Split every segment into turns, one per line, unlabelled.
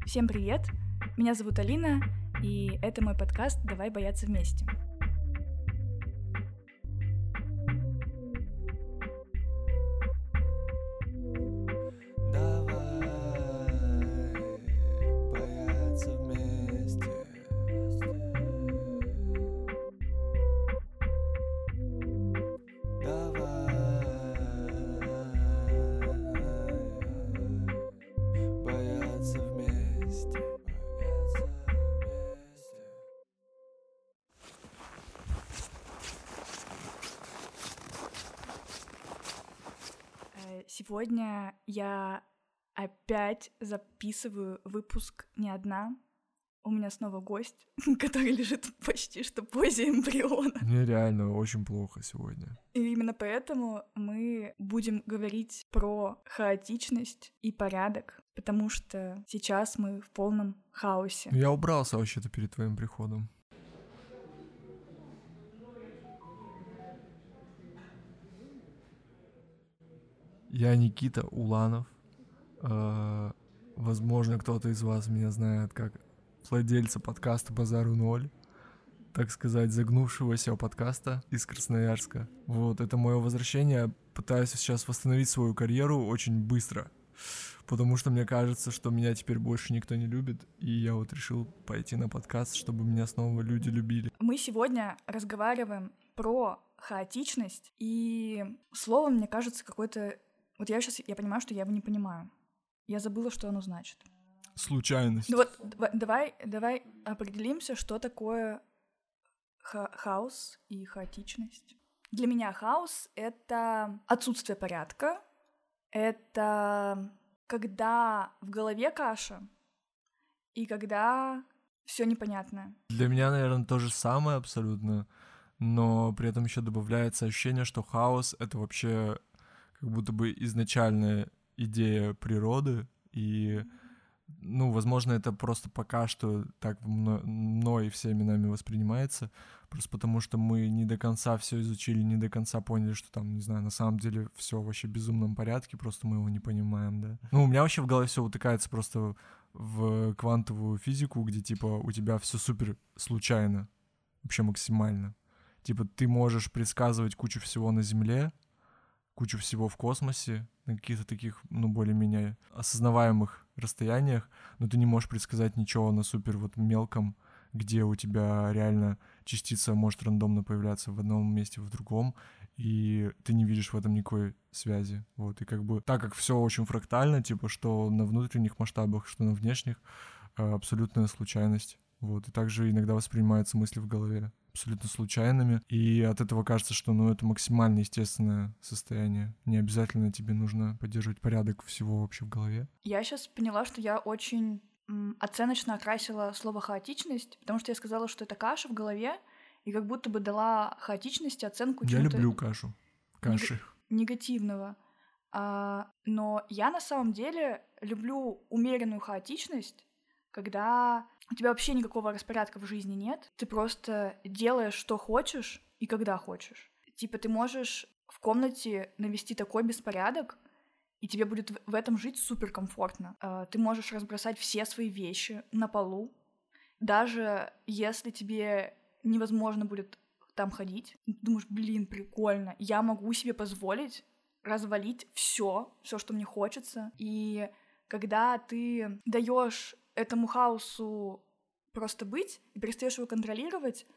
Всем привет! Меня зовут Алина, и это мой подкаст «Давай бояться вместе». Сегодня я опять записываю выпуск не одна. У меня снова гость, который лежит почти что в позе эмбриона.
Мне реально очень плохо сегодня.
И именно поэтому мы будем говорить про хаотичность и порядок, потому что сейчас мы в полном хаосе.
Я убрался вообще-то перед твоим приходом. Я Никита Уланов. Возможно, кто-то из вас меня знает как владельца подкаста «Базару ноль», так сказать, загнувшегося подкаста из Красноярска. Вот, это мое возвращение. Пытаюсь сейчас восстановить свою карьеру очень быстро, потому что мне кажется, что меня теперь больше никто не любит, и я вот решил пойти на подкаст, чтобы меня снова люди любили.
Мы сегодня разговариваем про хаотичность, и слово, мне кажется, какое-то... Вот я понимаю, что я его не понимаю. Я забыла, что оно значит.
Случайность.
Ну вот давай определимся, что такое хаос и хаотичность. Для меня хаос — это отсутствие порядка, это когда в голове каша и когда все непонятно.
Для меня, наверное, то же самое абсолютно, но при этом еще добавляется ощущение, что хаос — это вообще как будто бы изначальная идея природы, и, возможно, это просто пока что так мной всеми нами воспринимается, просто потому что мы не до конца все изучили, не до конца поняли, что там, не знаю, на самом деле все вообще в безумном порядке, просто мы его не понимаем, да. У меня вообще в голове все утыкается просто в квантовую физику, где, типа, у тебя все супер случайно, вообще максимально. Типа, ты можешь предсказывать кучу всего на Земле, кучу всего в космосе, на каких-то таких, более-менее осознаваемых расстояниях, но ты не можешь предсказать ничего на супер вот мелком, где у тебя реально частица может рандомно появляться в одном месте, в другом, и ты не видишь в этом никакой связи. Вот, и как бы так как все очень фрактально, типа, что на внутренних масштабах, что на внешних, абсолютная случайность. Вот, и также иногда воспринимаются мысли в голове абсолютно случайными, и от этого кажется, что, это максимально естественное состояние. Не обязательно тебе нужно поддерживать порядок всего вообще в голове.
Я сейчас поняла, что я очень оценочно окрасила слово «хаотичность», потому что я сказала, что это каша в голове, и как будто бы дала хаотичности оценку
Я
чего-то...
люблю каши.
Негативного. Но я на самом деле люблю умеренную хаотичность, когда у тебя вообще никакого распорядка в жизни нет, ты просто делаешь, что хочешь и когда хочешь. Типа ты можешь в комнате навести такой беспорядок, и тебе будет в этом жить суперкомфортно. Ты можешь разбросать все свои вещи на полу, даже если тебе невозможно будет там ходить. Ты думаешь, прикольно, я могу себе позволить развалить все, что мне хочется. И когда ты даешь этому хаосу просто быть и перестаешь его контролировать,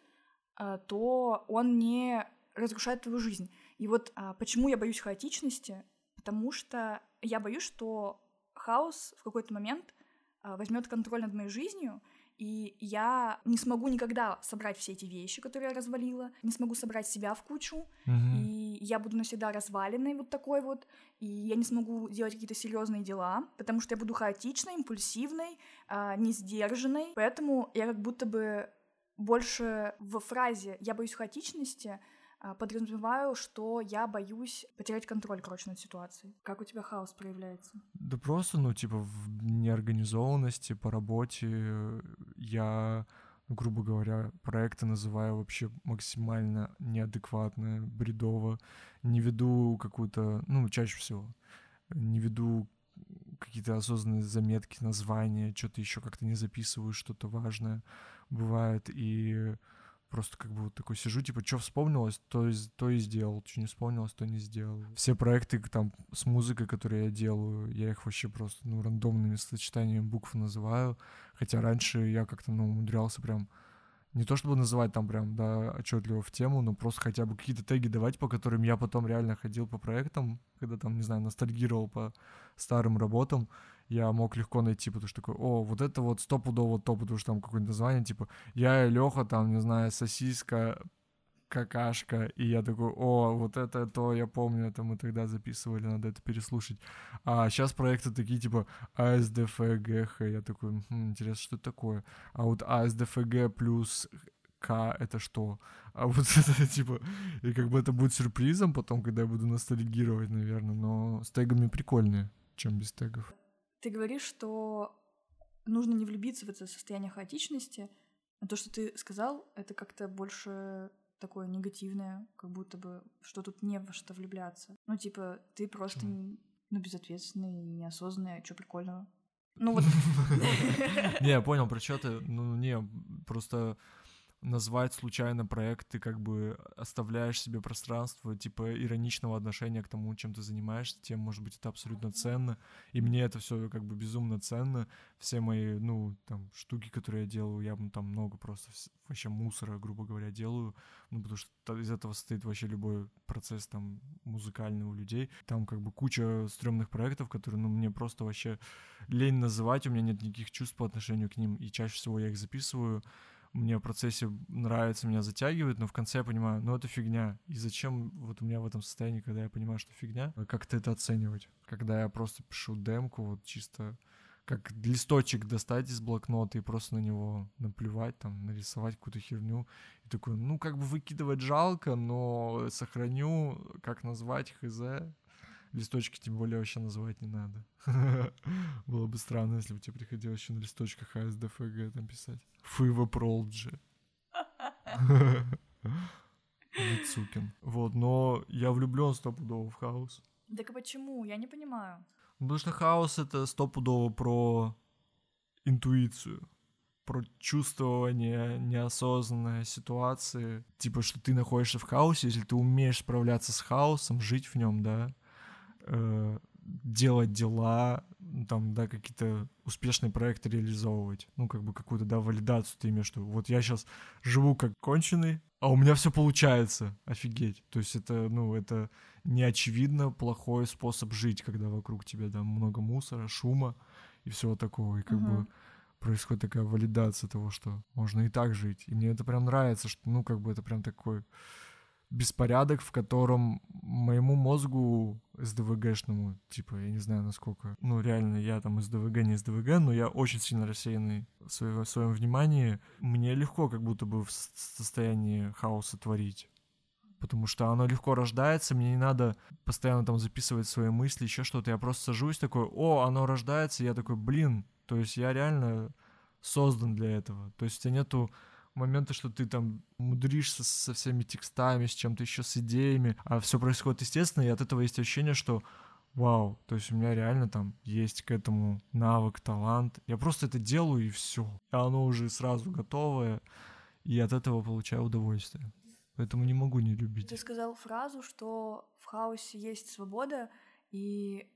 то он не разрушает твою жизнь. И вот почему я боюсь хаотичности? Потому что я боюсь, что хаос в какой-то момент возьмет контроль над моей жизнью, и я не смогу никогда собрать все эти вещи, которые я развалила, не смогу собрать себя в кучу, и я буду навсегда разваленной вот такой вот, и я не смогу делать какие-то серьезные дела, потому что я буду хаотичной, импульсивной, несдержанной. Поэтому я как будто бы больше в фразе «я боюсь хаотичности» подразумеваю, что я боюсь потерять контроль, над ситуацией. Как у тебя хаос проявляется?
Да просто, в неорганизованности по работе я, грубо говоря, проекты называю вообще максимально неадекватно, бредово. Не веду какую-то, чаще всего, не веду какие-то осознанные заметки, названия, что-то еще как-то не записываю, что-то важное бывает, и просто как бы вот такой сижу, типа, что вспомнилось, то и сделал, что не вспомнилось, то не сделал. Все проекты там с музыкой, которые я делаю, я их вообще просто, ну, рандомными сочетаниями букв называю, хотя раньше я как-то, ну, умудрялся прям не то чтобы называть там прям, да, отчетливо в тему, но просто хотя бы какие-то теги давать, по которым я потом реально ходил по проектам, когда там, не знаю, ностальгировал по старым работам, я мог легко найти, потому что такой, о, вот это вот стопудово то, потому что там какое-нибудь название, типа, я и Лёха, там, не знаю, сосиска, какашка, и я такой, о, вот это то, я помню, это мы тогда записывали, надо это переслушать. А сейчас проекты такие, типа, АСДФГХ, я такой, интересно, что это такое? А вот АСДФГ плюс К — это что? А вот это, типа, и как бы это будет сюрпризом потом, когда я буду ностальгировать, наверное, но с тегами прикольнее, чем без тегов.
Ты говоришь, что нужно не влюбиться в это состояние хаотичности, а то, что ты сказал, это как-то больше такое негативное, как будто бы, что тут не во что влюбляться. Ну, типа, ты просто, ну, безответственный, неосознанный, а чё прикольного? Ну, вот...
Не, я понял, про что ты. Ну, не, просто назвать случайно проект, ты как бы оставляешь себе пространство, типа, ироничного отношения к тому, чем ты занимаешься, тем, может быть, это абсолютно ценно, и мне это все как бы безумно ценно, все мои, ну, там, штуки, которые я делаю, я там много просто вообще мусора, грубо говоря, делаю, ну, потому что из этого состоит вообще любой процесс, там, музыкальный у людей, там, как бы, куча стрёмных проектов, которые, ну, мне просто вообще лень называть, у меня нет никаких чувств по отношению к ним, и чаще всего я их записываю, мне в процессе нравится, меня затягивает, но в конце я понимаю, ну это фигня. И зачем вот у меня в этом состоянии, когда я понимаю, что фигня, как-то это оценивать? Когда я просто пишу демку, вот чисто как листочек достать из блокнота и просто на него наплевать, там, нарисовать какую-то херню. И такой, ну как бы выкидывать жалко, но сохраню, как назвать, хз. Листочки тем более вообще называть не надо. Было бы странно, если бы тебе приходилось еще на листочках АСДФГ там писать. Фыва Пролджи. Лицукин. Вот, но я влюблен стопудово в хаос.
Так а почему? Я не понимаю.
Потому что хаос — это стопудово про интуицию, про чувствование неосознанной ситуации. Типа, что ты находишься в хаосе, если ты умеешь справляться с хаосом, жить в нем, да, делать дела, там, да, какие-то успешные проекты реализовывать, ну, как бы какую-то, да, валидацию ты имеешь, что вот я сейчас живу как конченый, а у меня все получается, офигеть. То есть это, ну, это неочевидно плохой способ жить, когда вокруг тебя, да, много мусора, шума и всего такого, и как бы происходит такая валидация того, что можно и так жить. И мне это прям нравится, что, ну, как бы это прям такой беспорядок, в котором моему мозгу СДВГшному, типа, я не знаю, насколько, ну, реально, я там СДВГ, не СДВГ, но я очень сильно рассеянный в своем внимании. Мне легко как будто бы в состоянии хаоса творить, потому что оно легко рождается, мне не надо постоянно там записывать свои мысли, еще что-то, я просто сажусь такой, о, оно рождается, и я такой, блин, то есть я реально создан для этого, то есть у тебя нету моменты, что ты там мудришься со всеми текстами, с чем-то еще, с идеями, а все происходит естественно, и от этого есть ощущение, что вау, то есть у меня реально там есть к этому навык, талант. Я просто это делаю, и все. И оно уже сразу готовое, и от этого получаю удовольствие. Поэтому не могу не любить.
Ты сказал фразу, что в хаосе есть свобода, и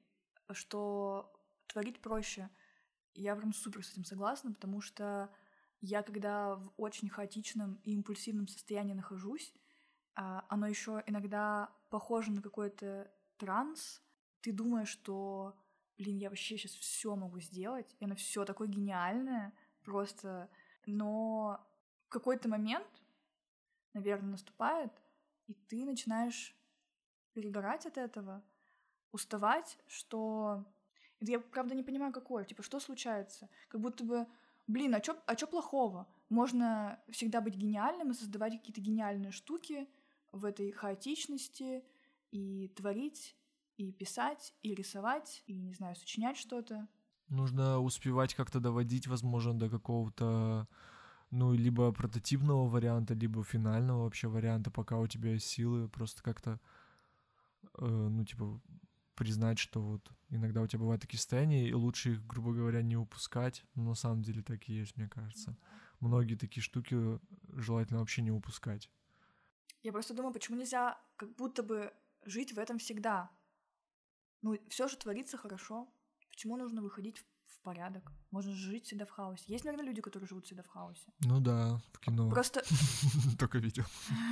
что творить проще. Я прям супер с этим согласна, потому что я, когда в очень хаотичном и импульсивном состоянии нахожусь, оно еще иногда похоже на какой-то транс. Ты думаешь, что, блин, я вообще сейчас все могу сделать, и оно все такое гениальное, просто. Но в какой-то момент, наверное, наступает, и ты начинаешь перегорать от этого, уставать, что... Я, правда, не понимаю, какое. Типа, что случается? Как будто бы, блин, а чё плохого? Можно всегда быть гениальным и создавать какие-то гениальные штуки в этой хаотичности, и творить, и писать, и рисовать, и, не знаю, сочинять что-то.
Нужно успевать как-то доводить, возможно, до какого-то, ну, либо прототипного варианта, либо финального вообще варианта, пока у тебя есть силы, просто как-то, ну, типа, признать, что вот иногда у тебя бывают такие состояния, и лучше их, грубо говоря, не упускать. Но на самом деле так и есть, мне кажется. Многие такие штуки желательно вообще не упускать.
Я просто думаю, почему нельзя как будто бы жить в этом всегда? Ну, все же творится хорошо. Почему нужно выходить в порядок? Можно же жить всегда в хаосе. Есть, наверное, люди, которые живут всегда в хаосе.
Ну да, в кино.
Просто
Только видео.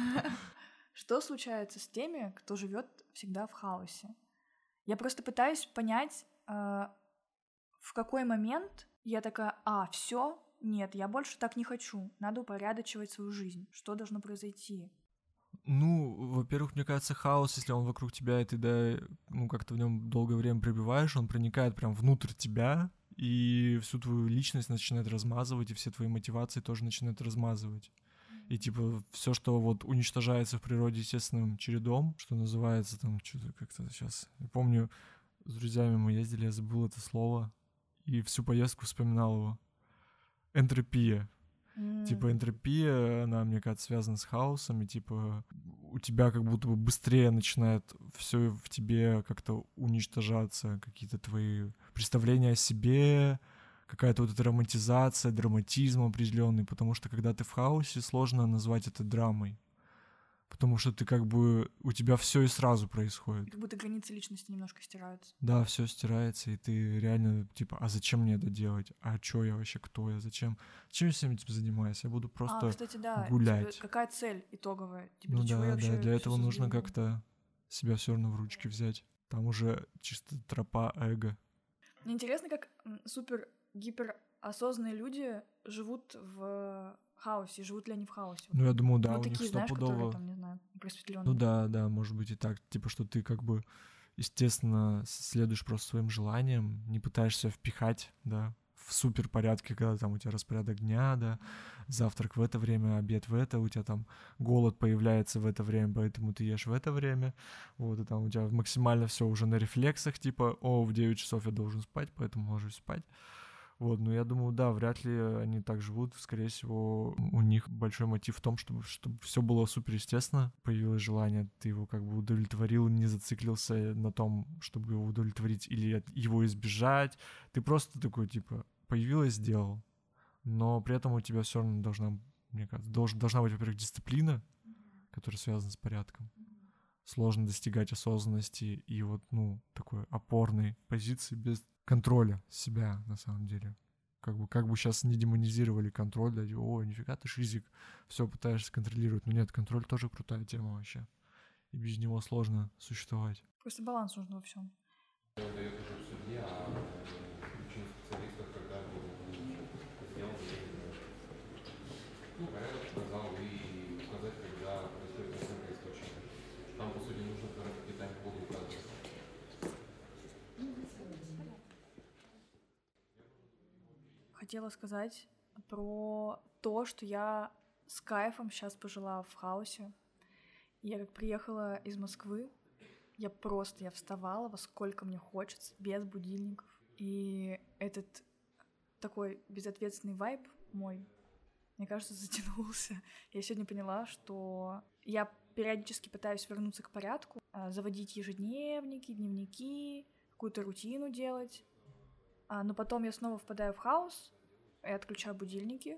что случается с теми, кто живет всегда в хаосе? Я просто пытаюсь понять, в какой момент я такая: все, нет, я больше так не хочу. Надо упорядочивать свою жизнь. Что должно произойти?
Ну, во-первых, мне кажется, хаос, если он вокруг тебя, и ты, да, ну, как-то в нем долгое время пребываешь, он проникает прям внутрь тебя, и всю твою личность начинает размазывать, и все твои мотивации тоже начинает размазывать. И, типа, все, что вот уничтожается в природе естественным чередом, что называется там, что-то как-то сейчас... Я помню, с друзьями мы ездили, я забыл это слово, и всю поездку вспоминал его. Энтропия. Типа энтропия, она, мне кажется, связана с хаосом, и типа у тебя как будто бы быстрее начинает все в тебе как-то уничтожаться, какие-то твои представления о себе, какая-то вот эта романтизация, драматизм определенный, потому что когда ты в хаосе, сложно назвать это драмой. Потому что ты как бы... У тебя все и сразу происходит.
Как будто границы личности немножко стираются.
Да, все стирается, и ты реально, типа, а зачем мне это делать? А чё я вообще, кто я, зачем? Чем я всем этим занимаюсь? Я буду просто
кстати, да,
гулять.
Типа, какая цель итоговая? Типа,
Ну
для чего я
да,
вообще
для этого
всё
нужно
создаю?
как-то себя все равно в ручки взять. Там уже чисто тропа эго.
Мне интересно, как супер гиперосознанные люди живут в хаосе, живут ли они в хаосе.
Ну, я думаю, да,
Ну,
у них
такие, знаешь, которые
стопудово...
там, не знаю, просветленные.
Ну да, может быть и так. Типа, что ты как бы, естественно, следуешь просто своим желаниям, не пытаешься впихать, да, в супер порядке, когда там у тебя распорядок дня, да, завтрак в это время, обед в это, у тебя там голод появляется в это время, поэтому ты ешь в это время, вот, и там у тебя максимально все уже на рефлексах, типа, в 9 часов я должен спать, поэтому ложусь спать. Вот, но я думаю, да, вряд ли они так живут. Скорее всего, у них большой мотив в том, чтобы все было суперестественно. Появилось желание, ты его как бы удовлетворил, не зациклился на том, чтобы его удовлетворить или его избежать. Ты просто такой, типа, появилось, сделал. Но при этом у тебя все равно должна, мне кажется, должна быть, во-первых, дисциплина, которая связана с порядком. Сложно достигать осознанности и вот, ну, такой опорной позиции без контроля себя, на самом деле. Как бы сейчас не демонизировали контроль, да, нифига ты шизик, все пытаешься контролировать. Но нет, контроль тоже крутая тема вообще. И без него сложно существовать.
Просто баланс нужен во всем. Хотела сказать про то, что я с кайфом сейчас пожила в хаосе. Я как приехала из Москвы, я вставала во сколько мне хочется, без будильников. И этот такой безответственный вайб мой, мне кажется, затянулся. Я сегодня поняла, что я периодически пытаюсь вернуться к порядку, заводить ежедневники, дневники, какую-то рутину делать. Но потом я снова впадаю в хаос, я отключаю будильники,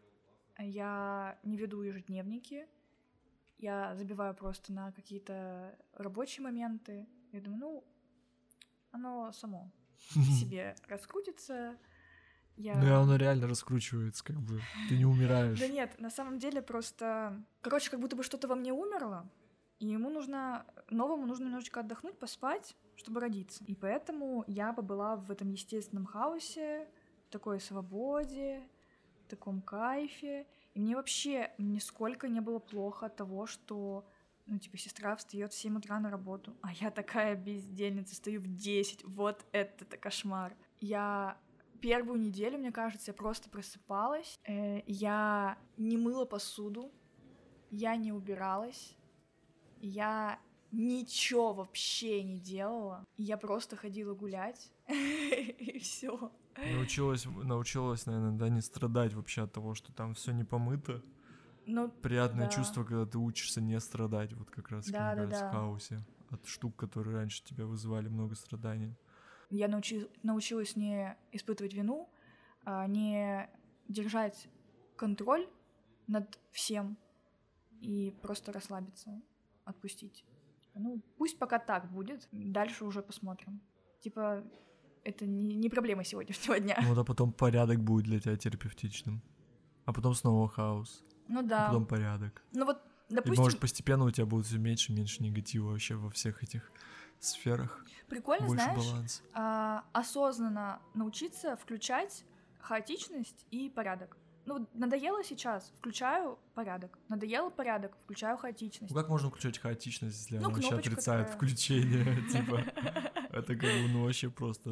я не веду ежедневники, я забиваю просто на какие-то рабочие моменты. Я думаю, оно само себе раскрутится.
Ну и оно реально раскручивается, как бы, ты не умираешь.
Да нет, на самом деле просто... Короче, как будто бы что-то во мне умерло, и новому нужно немножечко отдохнуть, поспать, чтобы родиться. И поэтому я побыла в этом естественном хаосе, в такой свободе, в таком кайфе. И мне вообще нисколько не было плохо от того, что, сестра встает в 7 утра на работу, а я такая бездельница, стою в 10. Вот это кошмар. Я первую неделю, мне кажется, я просто просыпалась, я не мыла посуду, я не убиралась, я ничего вообще не делала, я просто ходила гулять, и все.
Научилась, наверное, да, не страдать вообще от того, что там все не помыто. Приятное чувство, когда ты учишься не страдать, вот как раз, мне кажется, в хаосе. от штук, которые раньше тебя вызывали много страданий.
Я научилась не испытывать вину, не держать контроль над всем и просто расслабиться, отпустить. Ну, пусть пока так будет, дальше уже посмотрим. Типа, это не проблема сегодняшнего дня.
Ну, а потом порядок будет для тебя терапевтичным. А потом снова хаос.
Ну да.
А потом порядок.
Ну вот, допустим...
И, может, постепенно у тебя будет все меньше и меньше негатива вообще во всех этих сферах.
Прикольно,
больше
знаешь,
баланс.
осознанно научиться включать хаотичность и порядок. Ну, надоело сейчас, включаю порядок. Надоело порядок, включаю хаотичность.
Ну, как можно включать хаотичность, если она вообще
кнопочка
отрицает
такая.
включение? Типа, это как бы, ну, вообще просто...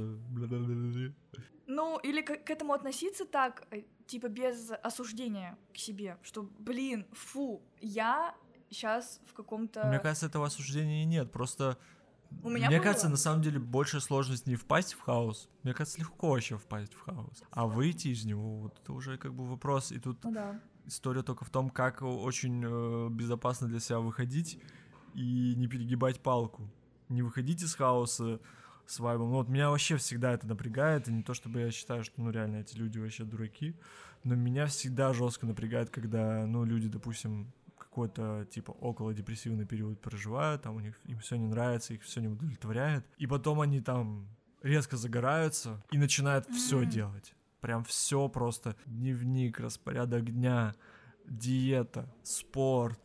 Ну, или к этому относиться так, типа, без осуждения к себе, что, блин, фу, я сейчас в каком-то...
Мне кажется, этого осуждения и нет, просто...
У меня
Мне
было.
кажется, на самом деле, большая сложность не впасть в хаос. Мне кажется, легко вообще впасть в хаос. А выйти из него, вот это уже как бы вопрос. И тут
Ну да.
история только в том, как очень безопасно для себя выходить и не перегибать палку. Не выходить из хаоса с вайбом. Ну вот меня вообще всегда это напрягает, и не то чтобы я считаю, что ну реально эти люди вообще дураки, но меня всегда жестко напрягает, когда ну люди, допустим, какой-то типа около депрессивный период проживают, там у них им все не нравится, их все не удовлетворяет, и потом они там резко загораются и начинают все делать. Прям все просто. Дневник, распорядок дня, диета, спорт,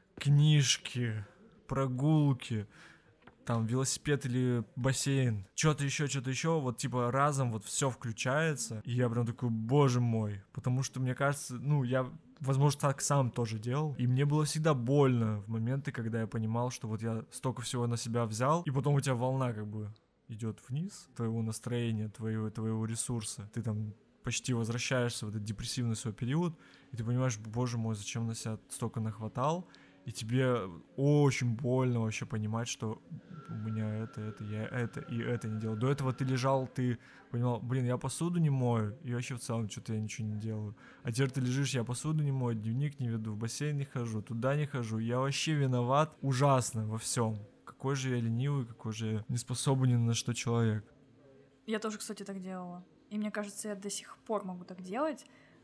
книжки, прогулки, там велосипед или бассейн, что-то еще, вот типа разом вот все включается, и я прям такой, боже мой, потому что мне кажется, ну я, возможно, так сам тоже делал, и мне было всегда больно в моменты, когда я понимал, что вот я столько всего на себя взял, и потом у тебя волна как бы идет вниз, твоего настроения, твоего ресурса, ты там почти возвращаешься в этот депрессивный свой период, и ты понимаешь, боже мой, зачем на себя столько нахватал, и тебе очень больно вообще понимать, что у меня я это не делал. До этого ты лежал, ты понимал, блин, я посуду не мою, и вообще в целом что-то я ничего не делаю. А теперь ты лежишь, я посуду не мою, дневник не веду, в бассейн не хожу, туда не хожу, я вообще виноват ужасно во всем. Какой же я ленивый, какой же я неспособный ни на что человек.
Я тоже, кстати, так делала. И мне кажется, я до сих пор могу так делать.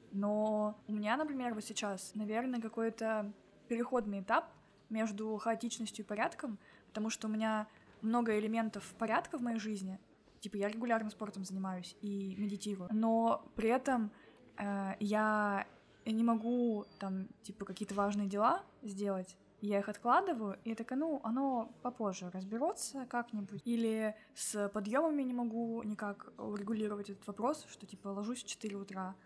Но у меня, например, вот сейчас, наверное, какой-то переходный этап между хаотичностью и порядком, потому что у меня много элементов порядка в моей жизни. Типа я регулярно спортом занимаюсь и медитирую. Но при этом я не могу там, типа, какие-то важные дела сделать. Я их откладываю, и я такая, ну, оно попозже разберется как-нибудь. Или с подъемами не могу никак урегулировать этот вопрос, что, типа, ложусь в 4 утра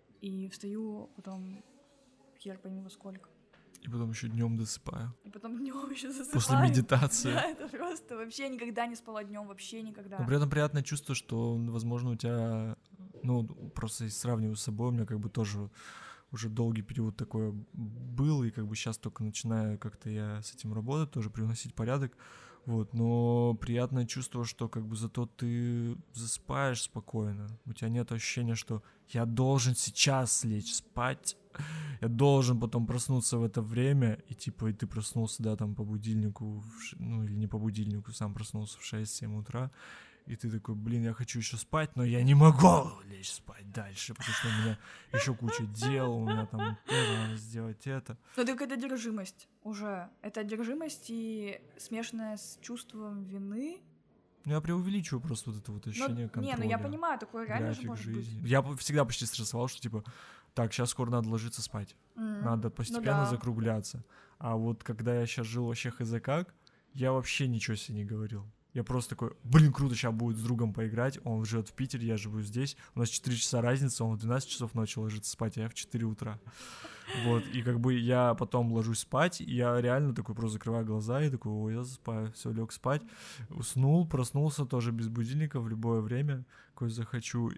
и встаю потом хер пойми во сколько.
И потом еще днем досыпаю.
И потом днем еще засыпаю.
После медитации.
Да, это просто вообще никогда не спала днем, вообще никогда.
Но при этом приятное чувство, что, возможно, у тебя, ну, просто сравниваю с собой, у меня как бы тоже уже долгий период такой был, и как бы сейчас только начинаю как-то я с этим работать, тоже привносить порядок, вот, но приятное чувство, что как бы зато ты засыпаешь спокойно, у тебя нет ощущения, что я должен сейчас лечь спать, я должен потом проснуться в это время, и типа, и ты проснулся, да, там по будильнику, ну, или не по будильнику, сам проснулся в 6-7 утра, и ты такой, блин, я хочу еще спать, но я не могу лечь спать дальше, потому что у меня еще куча дел, у меня там это, надо сделать это.
Ну, так это одержимость уже. Это одержимость и смешанная с чувством вины.
Ну, я преувеличиваю просто вот это вот ощущение контроля.
Не, ну я понимаю, такое реально же может
жизни.
быть.
Я всегда почти стрессовал, что типа, так, сейчас скоро надо ложиться спать. Надо постепенно закругляться. А вот когда я сейчас жил вообще хз как, я вообще ничего себе не говорил. Я просто такой, блин, круто, сейчас будет с другом поиграть, он живет в Питере, я живу здесь, у нас 4 часа разница, он в 12 часов ночи ложится спать, а я в 4 утра. Вот, и как бы я потом ложусь спать, и я реально такой просто закрываю глаза и такой, ой, я засыпаю, все, лег спать, уснул, проснулся тоже без будильника в любое время, какое захочу,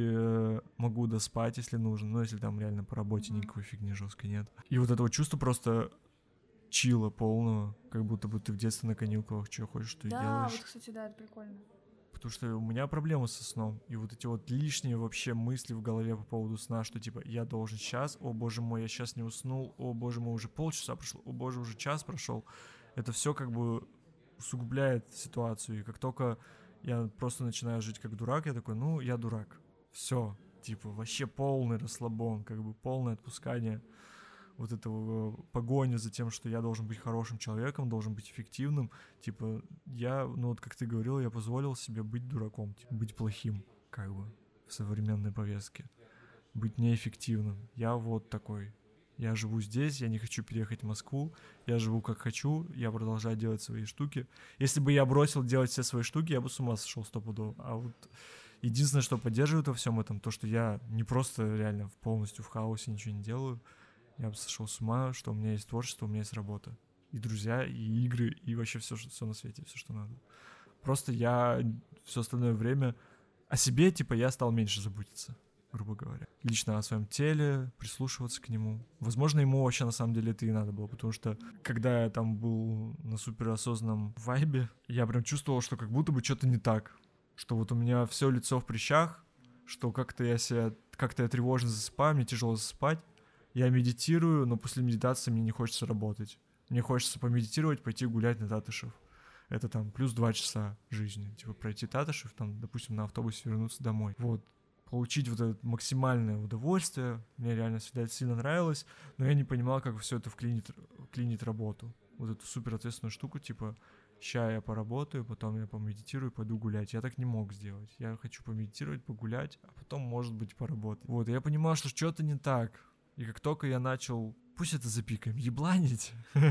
и могу доспать, если нужно, но если там реально по работе никакой фигни жесткой нет. И вот это вот чувство просто чила полного, как будто бы ты в детстве на каникулах, что хочешь, что и делаешь.
Да, вот, кстати, да, это прикольно.
Потому что у меня проблемы со сном, и вот эти вот лишние вообще мысли в голове по поводу сна, что типа я должен сейчас, о боже мой, я сейчас не уснул, о боже мой, уже полчаса прошло, о боже, уже час прошел. Это все как бы усугубляет ситуацию. И как только я просто начинаю жить как дурак, я такой, ну, я дурак. Все, типа, вообще полный расслабон, как бы полное отпускание вот этого погони за тем, что я должен быть хорошим человеком, должен быть эффективным. Типа, я, ну вот как ты говорил, я позволил себе быть дураком, типа, быть плохим, как бы, в современной повестке. Быть неэффективным. Я вот такой. Я живу здесь, я не хочу переехать в Москву, я живу как хочу, я продолжаю делать свои штуки. Если бы я бросил делать все свои штуки, я бы с ума сошел стопудово. А вот единственное, что поддерживает во всем этом, то, что я не просто реально полностью в хаосе ничего не делаю, я бы сошел с ума, что у меня есть творчество, у меня есть работа. И друзья, и игры, и вообще все на свете, все, что надо. Просто я все остальное время о себе, типа, я стал меньше заботиться, грубо говоря. Лично о своем теле, прислушиваться к нему. Возможно, ему вообще на самом деле это и надо было, потому что когда я там был на суперосознанном вайбе, я прям чувствовал, что как будто бы что-то не так. Что вот у меня все лицо в прыщах, что как-то я тревожно засыпаю, мне тяжело засыпать. Я медитирую, но после медитации мне не хочется работать. Мне хочется помедитировать, пойти гулять на Татышев. Это там плюс 2 часа жизни. Типа пройти Татышев, там, допустим, на автобусе вернуться домой. Вот. Получить вот это максимальное удовольствие. Мне реально всегда это сильно нравилось, но я не понимал, как все это вклинит работу. Вот эту супер ответственную штуку, типа, ща я поработаю, потом я помедитирую, пойду гулять. Я так не мог сделать. Я хочу помедитировать, погулять, а потом, может быть, поработать. Вот, и я понимал, что что-то не так. И как только я начал, пусть это запикаем, ебланить,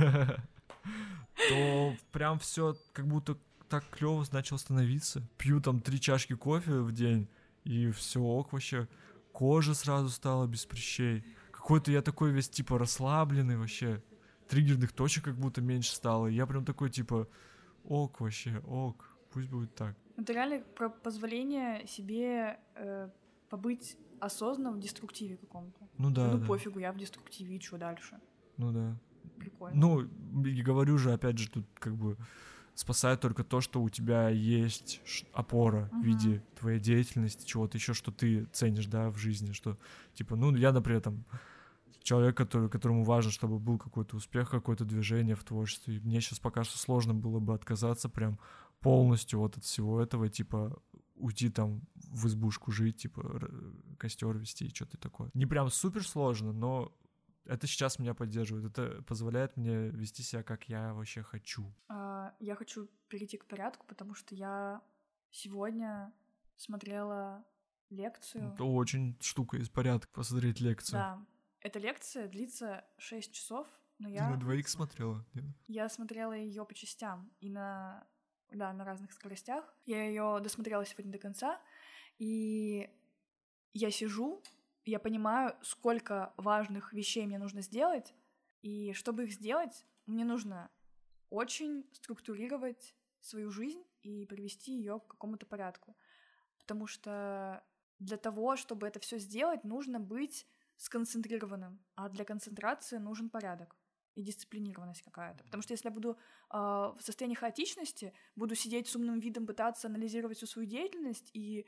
то прям все как будто так клево начал становиться. Пью там 3 чашки кофе в день, и все ок вообще. Кожа сразу стала без прыщей. Какой-то я такой весь типа расслабленный вообще. Триггерных точек как будто меньше стало. И я прям такой типа ок вообще, ок. Пусть будет так.
Это реально про позволение себе побыть осознанно в деструктиве каком-то.
Ну да,
Ну
да.
пофигу, я в деструктиве, и что дальше?
Ну да.
Прикольно.
Ну, и говорю же, опять же, тут как бы спасает только то, что у тебя есть опора в виде твоей деятельности, чего-то еще, что ты ценишь, да, в жизни, что, типа, ну, я, например, там, человек, которому важно, чтобы был какой-то успех, какое-то движение в творчестве, и мне сейчас пока что сложно было бы отказаться прям полностью вот от всего этого, типа, уйти там в избушку жить, типа, костер вести и что-то такое. Не прям супер сложно, но это сейчас меня поддерживает, это позволяет мне вести себя, как я вообще хочу.
Я хочу перейти к порядку, потому что я сегодня смотрела лекцию.
Это очень штука из порядка, посмотреть лекцию.
Да, эта лекция длится 6 часов, но
Ты на 2х смотрела?
Я смотрела ее по частям и на разных скоростях. Я ее досмотрела сегодня до конца, и я сижу, я понимаю, сколько важных вещей мне нужно сделать, и чтобы их сделать, мне нужно очень структурировать свою жизнь и привести ее к какому-то порядку. Потому что для того, чтобы это все сделать, нужно быть сконцентрированным, а для концентрации нужен порядок и дисциплинированность какая-то. Потому что если я буду в состоянии хаотичности, буду сидеть с умным видом, пытаться анализировать всю свою деятельность и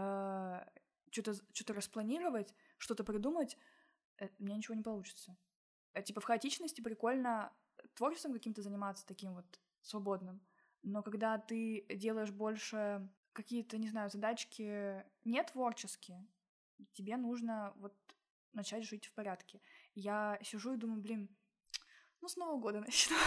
что-то распланировать, что-то придумать, у меня ничего не получится. Типа в хаотичности прикольно творчеством каким-то заниматься таким вот свободным, но когда ты делаешь больше какие-то, не знаю, задачки не творческие, тебе нужно вот начать жить в порядке. Я сижу и думаю, блин, ну с Нового года начну.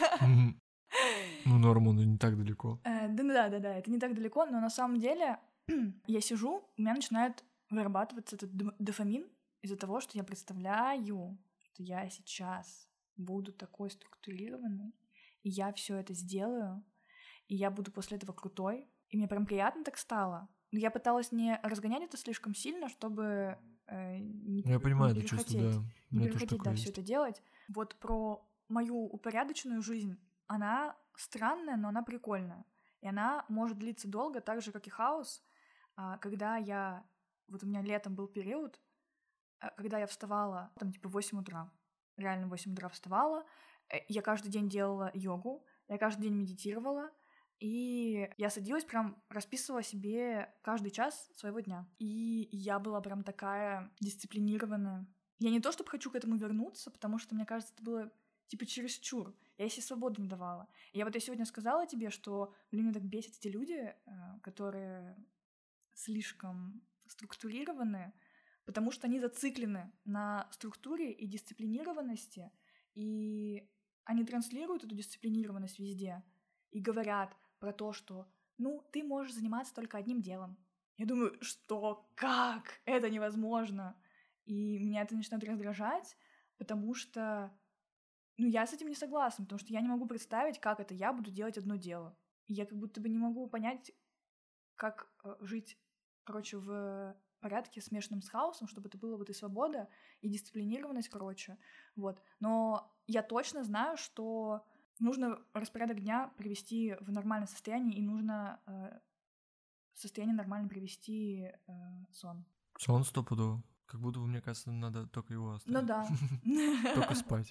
Ну норм, он не так далеко.
Да, это не так далеко, но на самом деле я сижу, у меня начинает вырабатываться этот дофамин из-за того, что я представляю, что я сейчас буду такой структурированной, и я все это сделаю, и я буду после этого крутой, и мне прям приятно так стало. Но я пыталась не разгонять это слишком сильно, чтобы не
Я понимаю
не
это чувство,
перехотеть,
да.
не перехотеть, да, все это делать. Вот про мою упорядоченную жизнь, она странная, но она прикольная. И она может длиться долго, так же, как и хаос. Когда вот у меня летом был период, когда я вставала, там, типа, в 8 утра. Реально в 8 утра вставала. Я каждый день делала йогу, я каждый день медитировала, и я садилась, прям расписывала себе каждый час своего дня. И я была прям такая дисциплинированная. Я не то чтобы хочу к этому вернуться, потому что, мне кажется, это было, типа, чересчур. Я себе свободы не давала. Я сегодня сказала тебе, что, меня так бесят эти люди, которые слишком структурированы, потому что они зациклены на структуре и дисциплинированности, и они транслируют эту дисциплинированность везде и говорят про то, что ты можешь заниматься только одним делом. Я думаю, что? Как? Это невозможно. И меня это начинает раздражать, потому что я с этим не согласна, потому что я не могу представить, как это я буду делать одно дело. И я как будто бы не могу понять, как жить, в порядке, смешанном с хаосом, чтобы это было и свобода, и дисциплинированность, вот. Но я точно знаю, что нужно распорядок дня привести в нормальное состояние, и нужно в состояние нормально привести сон.
Сон стопудово. Как будто бы, мне кажется, надо только его оставить.
Ну да.
Только спать.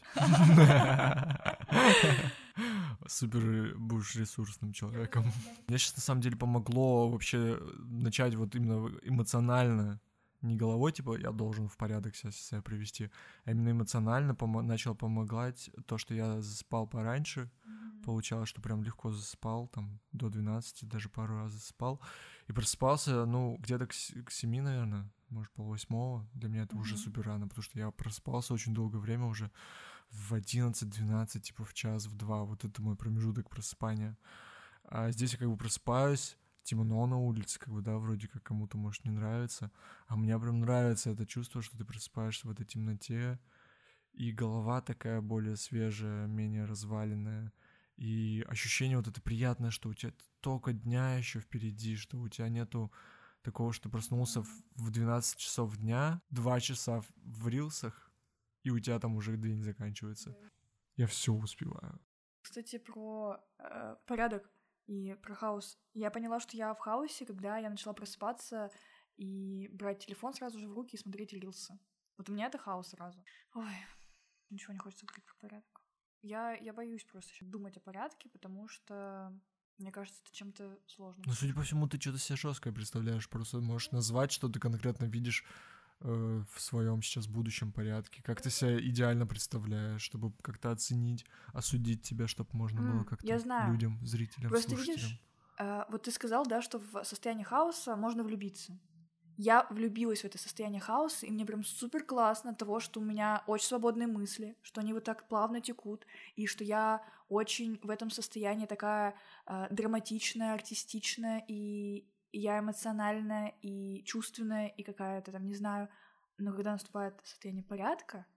Супер будешь ресурсным человеком. Мне сейчас на самом деле помогло вообще начать именно эмоционально, не головой, я должен в порядок себя привести, а именно эмоционально начал помогать то, что я заспал пораньше. Получалось, что прям легко засыпал, до 12, даже пару раз засыпал. И просыпался, где-то к 7, наверное, может, 7:30. Для меня это уже супер рано, потому что я просыпался очень долгое время уже в 11-12, в час, в 2. Вот это мой промежуток просыпания. А здесь я просыпаюсь, темно на улице, вроде как кому-то, может, не нравится. А мне прям нравится это чувство, что ты просыпаешься в этой темноте, и голова такая более свежая, менее разваленная. И ощущение это приятное, что у тебя только дня еще впереди, что у тебя нету такого, что ты проснулся в 12 часов дня, 2 часа в рилсах, и у тебя там уже день заканчивается. Я все успеваю.
Кстати, про порядок и про хаос. Я поняла, что я в хаосе, когда я начала просыпаться и брать телефон сразу же в руки и смотреть рилсы. Вот у меня это хаос сразу. Ой, ничего не хочется говорить про порядок. Я боюсь просто думать о порядке, потому что мне кажется, это чем-то сложным.
Судя по всему, ты что-то себе жесткое представляешь. Просто можешь назвать, что ты конкретно видишь в своем сейчас будущем порядке. Как ты себя идеально представляешь, чтобы как-то оценить, осудить тебя, чтобы можно было как-то людям, зрителям,
просто
слушателям.
Видишь, вот ты сказал, да, что в состоянии хаоса можно влюбиться. Я влюбилась в это состояние хаоса, и мне прям супер классно от того, что у меня очень свободные мысли, что они так плавно текут, и что я очень в этом состоянии такая драматичная, артистичная, и я эмоциональная, и чувственная, и какая-то не знаю. Но когда наступает состояние порядка,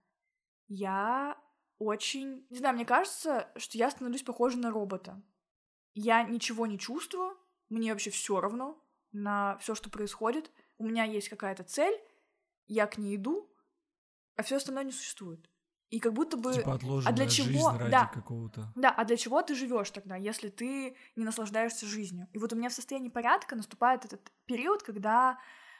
я очень... Не знаю, мне кажется, что я становлюсь похожа на робота. Я ничего не чувствую, мне вообще все равно на все, что происходит. У меня есть какая-то цель, я к ней иду, а все остальное не существует. И как будто бы...
отложенная для чего? Жизнь ради какого-то...
Да, а для чего ты живешь тогда, если ты не наслаждаешься жизнью? И вот у меня в состоянии порядка наступает этот период, когда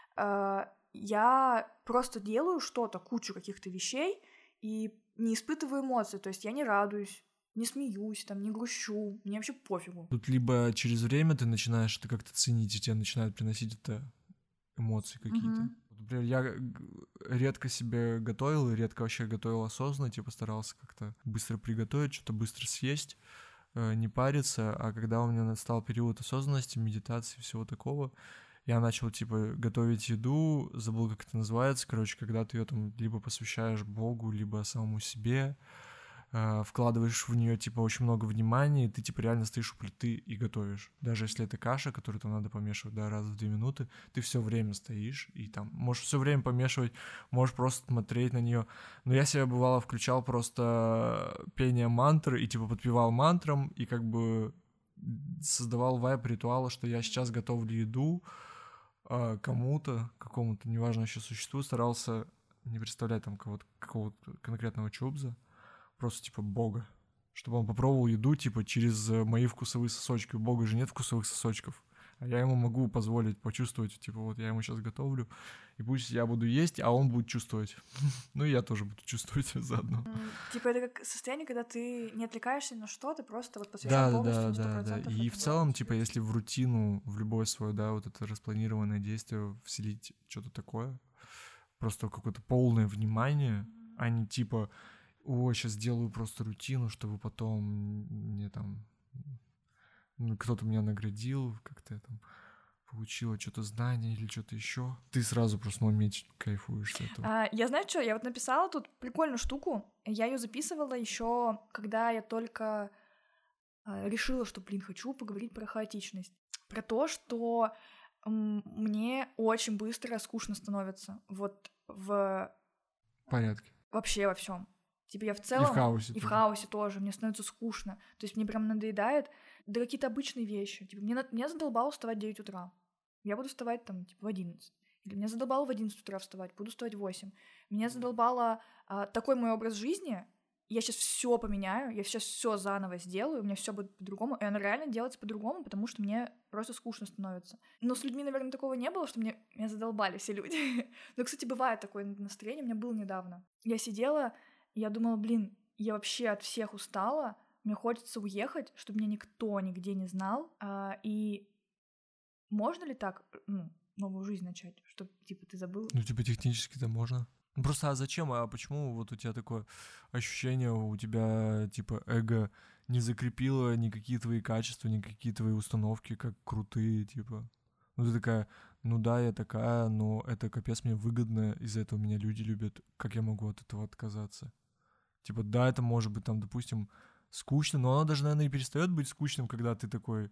я просто делаю что-то, кучу каких-то вещей, и не испытываю эмоций. То есть я не радуюсь, не смеюсь, не грущу, мне вообще пофигу.
Тут либо через время ты начинаешь это как-то ценить, и тебе начинает приносить это эмоции какие-то. Например, я редко себе готовил, и редко вообще готовил осознанно, старался как-то быстро приготовить, что-то быстро съесть, не париться, а когда у меня настал период осознанности, медитации, всего такого, я начал, готовить еду, забыл, как это называется, когда ты ее либо посвящаешь Богу, либо самому себе, вкладываешь в нее очень много внимания, и ты реально стоишь у плиты и готовишь. Даже если это каша, которую надо помешивать раз в 2 минуты, ты все время стоишь и можешь все время помешивать, можешь просто смотреть на нее. Но я себя бывало включал просто пение мантры и подпевал мантрам и создавал вайб ритуала, что я сейчас готовлю еду кому-то, какому-то, неважно еще существу, старался не представлять какого-то конкретного чубза, просто Бога, чтобы он попробовал еду через мои вкусовые сосочки. У Бога же нет вкусовых сосочков, а я ему могу позволить почувствовать, я ему сейчас готовлю, и пусть я буду есть, а он будет чувствовать. Ну и я тоже буду чувствовать заодно.
Это как состояние, когда ты не отвлекаешься на что-то, просто посвящаешь полностью на 100%.
Да. И в целом, если в рутину, в любое свое, это распланированное действие вселить что-то такое, просто какое-то полное внимание, а не сейчас сделаю просто рутину, чтобы потом мне там кто-то меня наградил, как-то я там получила что-то знание или что-то еще. Ты сразу просто в моменте кайфуешь с этого.
Я знаю что, я вот написала тут прикольную штуку. Я ее записывала еще, когда я только решила, что, хочу поговорить про хаотичность. Про то, что мне очень быстро скучно становится. Вот в
порядке.
Вообще во всем. Типа я в целом...
И в хаосе.
И в хаосе тоже. Мне становится скучно. То есть мне прям надоедает. Да какие-то обычные вещи. Типа меня задолбало вставать в 9 утра. Я буду вставать там типа в 11. Или меня задолбало в 11 утра вставать. Буду вставать в 8. Меня задолбало такой мой образ жизни. Я сейчас все поменяю. Я сейчас все заново сделаю. У меня все будет по-другому. И оно реально делается по-другому, потому что мне просто скучно становится. Но с людьми, наверное, такого не было, что меня задолбали все люди. Но, кстати, бывает такое настроение. У меня было недавно. Я сидела, и я думала, я вообще от всех устала. Мне хочется уехать, чтобы меня никто нигде не знал. И можно ли так, новую жизнь начать, чтобы, типа, ты забыл?
Технически-то можно. Просто, зачем, почему вот у тебя такое ощущение, у тебя, типа, эго не закрепило никакие твои качества, никакие твои установки, как крутые, типа? Ты такая, да, я такая, но это капец мне выгодно, из-за этого меня люди любят, как я могу от этого отказаться? Типа, да, это может быть, там, допустим, скучно, но оно даже, наверное, и перестает быть скучным, когда ты такой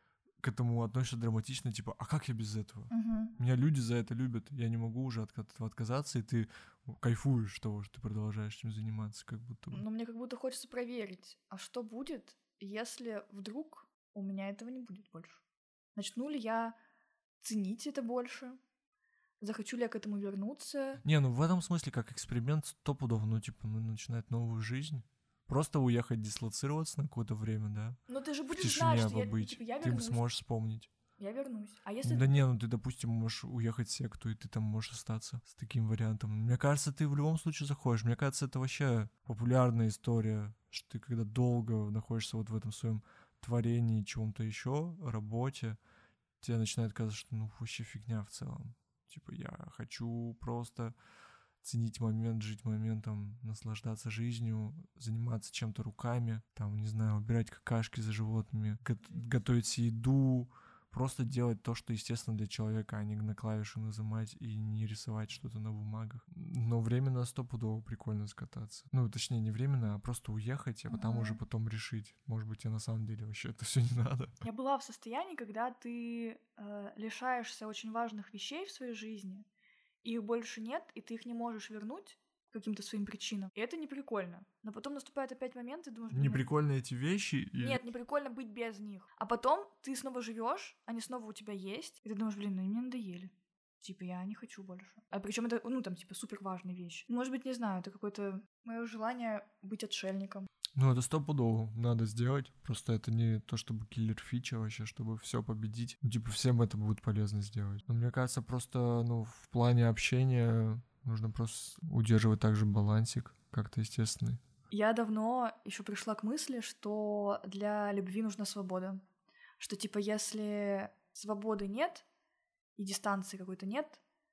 к этому относишься драматично, типа, а как я без этого? Меня люди за это любят, я не могу уже от этого отказаться, и ты кайфуешь того, что ты продолжаешь этим заниматься, как будто бы.
Но мне как будто хочется проверить, а что будет, если вдруг у меня этого не будет больше? Начну ли я ценить это больше? Захочу ли я к этому вернуться?
Не, в этом смысле, как эксперимент, стопудово, начинать новую жизнь. Просто уехать, дислоцироваться на какое-то время, да?
Но ты же будешь
в тишине
знать, что
побыть.
я
ты сможешь вспомнить.
Я вернусь. А если...
Да не, ты, допустим, можешь уехать в секту, и ты там можешь остаться с таким вариантом. Мне кажется, ты в любом случае заходишь. Мне кажется, это вообще популярная история, что ты когда долго находишься вот в этом своем творении, чем-то еще, работе, тебе начинает казаться, что вообще фигня в целом. Типа я хочу просто ценить момент, жить моментом, наслаждаться жизнью, заниматься чем-то руками, там, не знаю, убирать какашки за животными, готовить себе еду, просто делать то, что естественно для человека, а не на клавиши нажимать и не рисовать что-то на бумагах. Но временно стопудово прикольно скататься. Точнее, не временно, а просто уехать, а потом решить. Может быть, тебе на самом деле вообще это все не надо.
Я была в состоянии, когда ты лишаешься очень важных вещей в своей жизни, их больше нет, и ты их не можешь вернуть по каким-то своим причинам. И это не прикольно. Но потом наступает опять момент, и думаешь...
Не прикольно эти вещи?
Нет, не прикольно быть без них. А потом ты снова живешь, они снова у тебя есть, и ты думаешь, они мне надоели. Типа, я не хочу больше. А причем это, супер важная вещь. Может быть, не знаю, это какое-то мое желание быть отшельником.
Это стопудово надо сделать. Просто это не то, чтобы киллер-фича вообще, чтобы все победить. Всем это будет полезно сделать. Но мне кажется, просто, в плане общения нужно просто удерживать также балансик как-то естественный.
Я давно еще пришла к мысли, что для любви нужна свобода. Что, если свободы нет, и дистанции какой-то нет,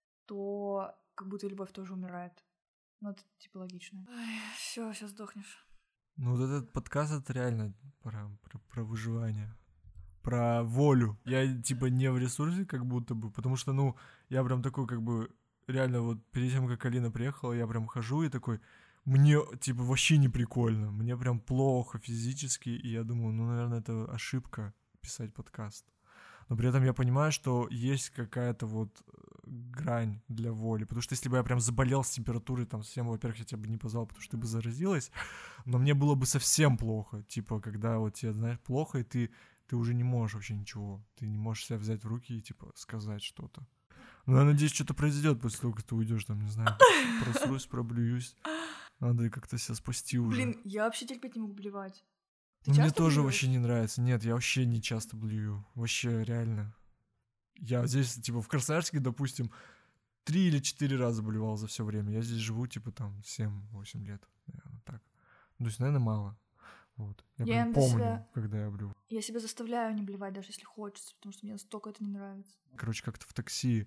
то как будто любовь тоже умирает. Это, логично. Все, сейчас сдохнешь.
Этот подкаст, это реально про выживание, про волю. Я, не в ресурсе как будто бы, потому что, я прям такой, реально вот перед тем, как Алина приехала, я прям хожу и такой, мне, вообще не прикольно, мне прям плохо физически, и я думаю, наверное, это ошибка писать подкаст. Но при этом я понимаю, что есть какая-то вот грань для воли. Потому что если бы я прям заболел с температурой, там совсем, во-первых, я тебя бы не позвал, потому что ты бы заразилась, но мне было бы совсем плохо. Когда вот тебе, знаешь, плохо, и ты уже не можешь вообще ничего. Ты не можешь себя взять в руки и, сказать что-то. Я надеюсь, что-то произойдет после того, как ты уйдешь, там, не знаю, просрусь, проблююсь. Надо как-то себя спасти уже.
Я вообще терпеть не могу блевать.
Мне тоже вообще не нравится. Нет, я вообще не часто блюю. Вообще, реально. Я здесь, в Красноярске, допустим, 3 или 4 раза блевал за все время. Я здесь живу, 7-8 лет. Наверное, так. То есть, наверное, мало. Вот. Я прям помню, когда я блюю.
Я себя заставляю не блевать, даже если хочется, потому что мне настолько это не нравится.
Как-то в такси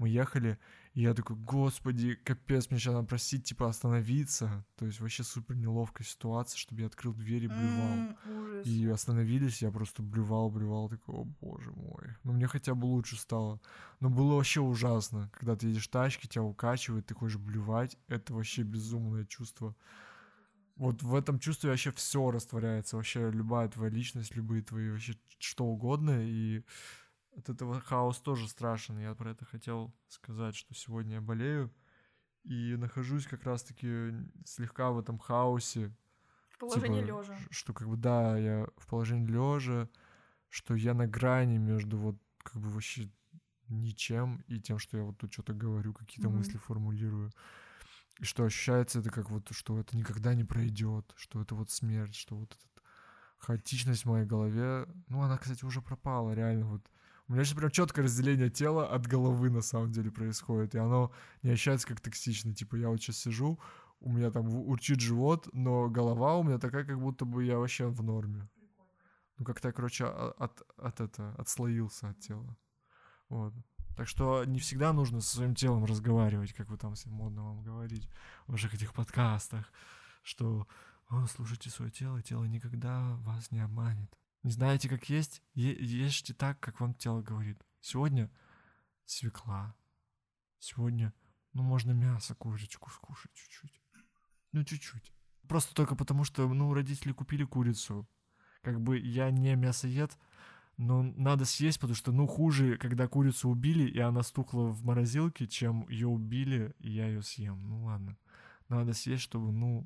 мы ехали, и я такой, господи, капец, мне сейчас надо просить, типа, остановиться. То есть вообще супер неловкая ситуация, чтобы я открыл дверь и блевал.
Ужас.
И остановились, я просто блевал, такой, о боже мой. Ну, мне хотя бы лучше стало. Но было вообще ужасно, когда ты едешь в тачке, тебя укачивает, ты хочешь блевать. Это вообще безумное чувство. Вот в этом чувстве вообще все растворяется. Вообще любая твоя личность, любые твои вообще что угодно. И от этого хаос тоже страшен. Я про это хотел сказать, что сегодня я болею. И нахожусь как раз-таки слегка в этом хаосе.
В положении
Типа,
лежа.
что как бы да, я в положении лежа, что я на грани между вот как бы вообще ничем и тем, что я вот тут что-то говорю, какие-то мысли формулирую. И что ощущается это как вот, что это никогда не пройдет, что это вот смерть, что вот эта хаотичность в моей голове, ну, она, кстати, уже пропала, реально вот. У меня сейчас прям четкое разделение тела от головы на самом деле происходит, и оно не ощущается как токсично. Типа я вот сейчас сижу, у меня там урчит живот, но голова у меня такая, как будто бы я вообще в норме. Ну, как-то я, короче, отслоился от тела. Вот. Так что не всегда нужно со своим телом разговаривать, как вы там все модно вам говорить в ваших этих подкастах, что слушайте свое тело, тело никогда вас не обманет. Не знаете, как есть, ешьте так, как вам тело говорит. Сегодня свекла, сегодня, ну, можно мясо, курочку скушать чуть-чуть. Ну, чуть-чуть. Просто только потому, что, ну, родители купили курицу. Как бы я не мясоед, но надо съесть, потому что, ну, хуже, когда курицу убили, и она стухла в морозилке, чем ее убили, и я ее съем. Ну, ладно. Надо съесть, чтобы, ну,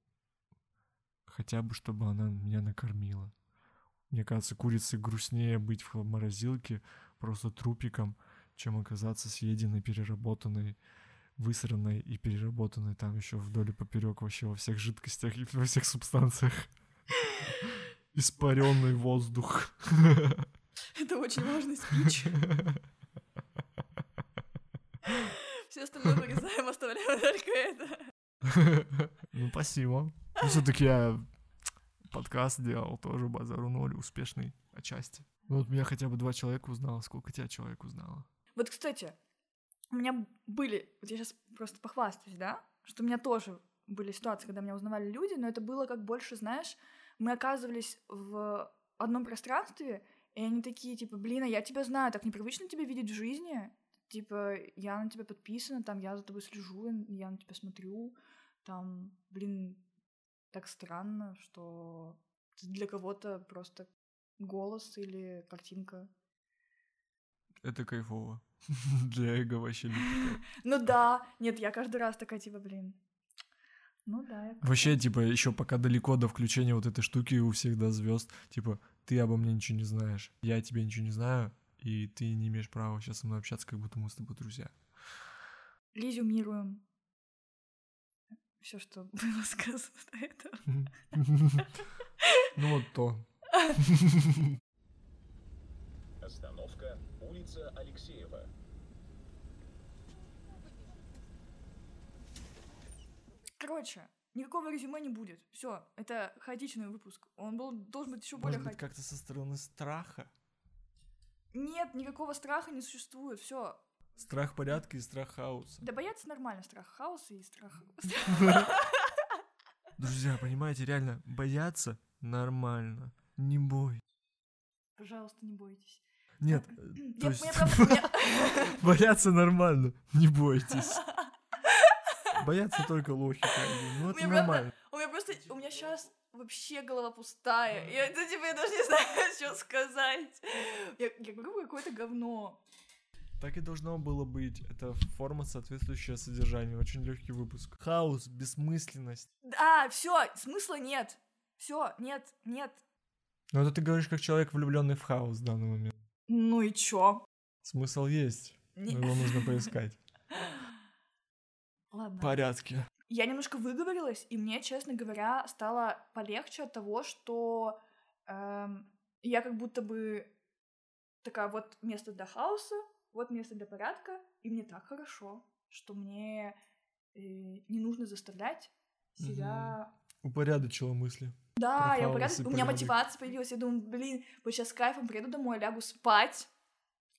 хотя бы, чтобы она меня накормила. Мне кажется, курице грустнее быть в морозилке просто трупиком, чем оказаться съеденной, переработанной, высранной и переработанной там еще вдоль и поперек вообще во всех жидкостях и во всех субстанциях. Испаренный воздух.
Это очень важный спич. Все остальное вырезаем, оставляем только это.
Ну, спасибо. Ну, все-таки я подкаст делал, тоже базару ноль, успешный отчасти. Ну, вот меня хотя бы 2 человека узнало. Сколько тебя человек узнало?
Вот, кстати, у меня были, вот я сейчас просто похвастаюсь, да, что у меня тоже были ситуации, когда меня узнавали люди, но это было как больше, знаешь, мы оказывались в одном пространстве, и они такие, типа, блин, а я тебя знаю, так непривычно тебя видеть в жизни, типа, я на тебя подписана, там, я за тобой слежу, я на тебя смотрю, там, блин, так странно, что для кого-то просто голос или картинка.
Это кайфово. Для эго вообще лютика.
Ну да, нет, я каждый раз такая, типа, блин, ну да.
Вообще, типа, еще пока далеко до включения вот этой штуки у всех до звезд, типа, ты обо мне ничего не знаешь, я о тебе ничего не знаю, и ты не имеешь права сейчас со мной общаться, как будто мы с тобой друзья.
Резюмируем все, что было сказано до этого.
Ну вот то.
Остановка, улица Алексеева.
Короче, никакого резюме не будет. Все, это хаотичный выпуск. Он должен быть еще более
Может быть,
хаотичный.
как-то со стороны страха?
Нет, никакого страха не существует. Все.
Страх порядка и страх хаоса.
Да бояться нормально. Страх хаоса и страх...
Друзья, понимаете, реально, бояться нормально. Не бой.
Пожалуйста, не бойтесь.
Нет, то
Я
есть
просто...
бояться нормально, не бойтесь. Боятся только лохи, ну это нормально.
У меня сейчас вообще голова пустая. Я даже не знаю, что сказать. Я говорю какое-то говно.
Так и должно было быть. Это форма, соответствующая содержанию. Очень легкий выпуск. Хаос, бессмысленность.
Да, все, смысла нет. Все, нет.
Но это ты говоришь как человек, влюбленный в хаос в данный момент.
Ну и чё?
Смысл есть, но его нужно поискать.
Ладно.
Порядки.
Я немножко выговорилась, и мне, честно говоря, стало полегче от того, что я как будто бы такая, вот место для хаоса, вот место для порядка, и мне так хорошо, что мне не нужно заставлять себя...
Упорядочила мысли.
Да, я упорядочила, у меня мотивация появилась, я думаю, блин, вот сейчас с кайфом приеду домой, лягу спать,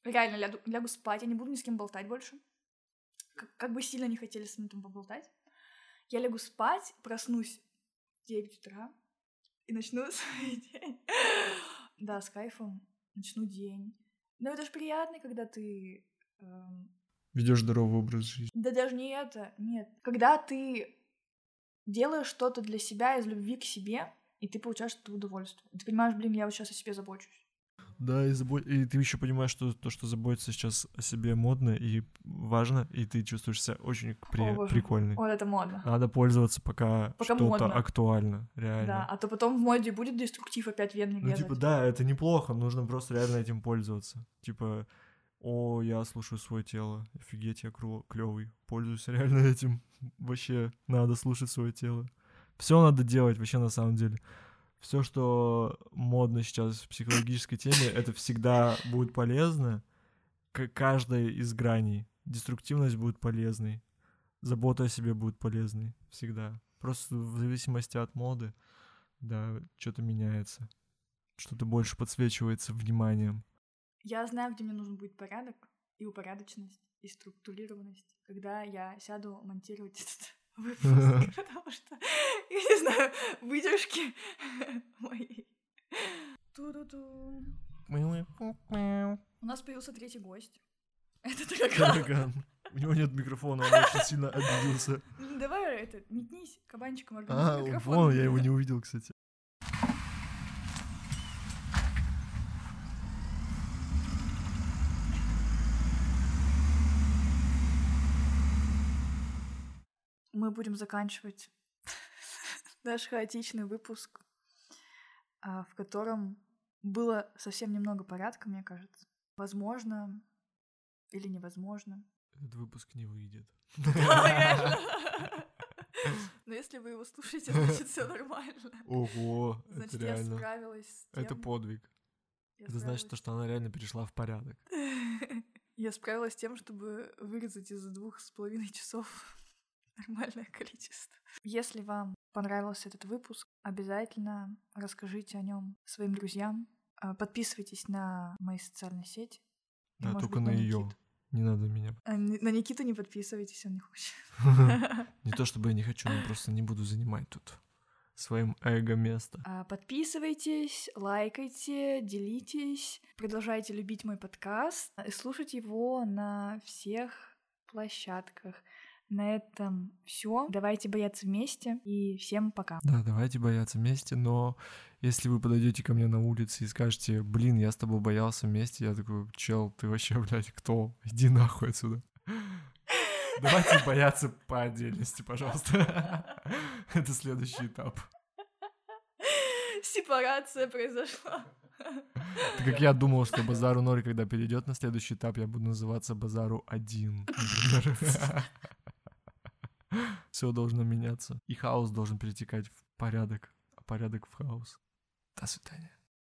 Реально, лягу спать, я не буду ни с кем болтать больше. Как бы сильно не хотели с мной там поболтать. Я лягу спать, проснусь в 9 утра и начну свой день. Да, с кайфом начну день. Но это ж приятно, когда ты...
Ведешь здоровый образ жизни.
Да даже не это, нет. Когда ты делаешь что-то для себя из любви к себе, и ты получаешь это удовольствие. И ты понимаешь, блин, я вот сейчас о себе забочусь.
Да, и ты еще понимаешь, что то, что заботиться сейчас о себе модно и важно, и ты чувствуешь себя очень прикольный.
Вот это модно.
Надо пользоваться, пока что-то
модно.
актуально, реально.
Да, а то потом в моде будет деструктив опять вены резать.
Типа, да, это неплохо, нужно просто реально этим пользоваться. Типа, о, я слушаю свое тело, офигеть, я клевый, пользуюсь реально этим. Вообще, надо слушать свое тело. Все надо делать, вообще, на самом деле. Все, что модно сейчас в психологической теме, это всегда будет полезно. Каждая из граней. Деструктивность будет полезной. Забота о себе будет полезной. Всегда. Просто в зависимости от моды, да, что-то меняется. Что-то больше подсвечивается вниманием.
Я знаю, где мне нужен будет порядок и упорядоченность, и структурированность, когда я сяду монтировать этот выпуск, потому что, я не знаю, выдержки мои. Ту-ду-ду. У нас появился третий гость. Это Таракан.
У него нет микрофона, он очень сильно обиделся.
Давай метнись кабанчиком, организуй микрофон.
Вон, я его не увидел, кстати.
Мы будем заканчивать наш хаотичный выпуск, в котором было совсем немного порядка, мне кажется. Возможно или невозможно.
Этот выпуск не выйдет.
Но если вы его слушаете, значит, все нормально.
Ого,
значит,
это реально.
Я справилась с тем...
Это подвиг. Это значит, что она реально перешла в порядок.
Я справилась с тем, чтобы вырезать из 2,5 часов нормальное количество. Если вам понравился этот выпуск, обязательно расскажите о нем своим друзьям. Подписывайтесь на мои социальные сети.
Да, только на ее. Не надо меня.
На Никиту не подписывайтесь, он не хочет.
Не то чтобы я не хочу, но просто не буду занимать тут своим эго место.
Подписывайтесь, лайкайте, делитесь, продолжайте любить мой подкаст и слушать его на всех площадках. На этом все. Давайте бояться вместе и всем пока.
Да, давайте бояться вместе, но если вы подойдете ко мне на улице и скажете, блин, я с тобой боялся вместе, я такой, чел, ты вообще, блядь, кто? Иди нахуй отсюда. Давайте бояться по отдельности, пожалуйста. Это следующий этап.
Сепарация произошла.
Так как я думал, что Базару 0, когда перейдет на следующий этап, я буду называться Базару 1, например. Все должно меняться. И хаос должен перетекать в порядок, а порядок в хаос. До свидания.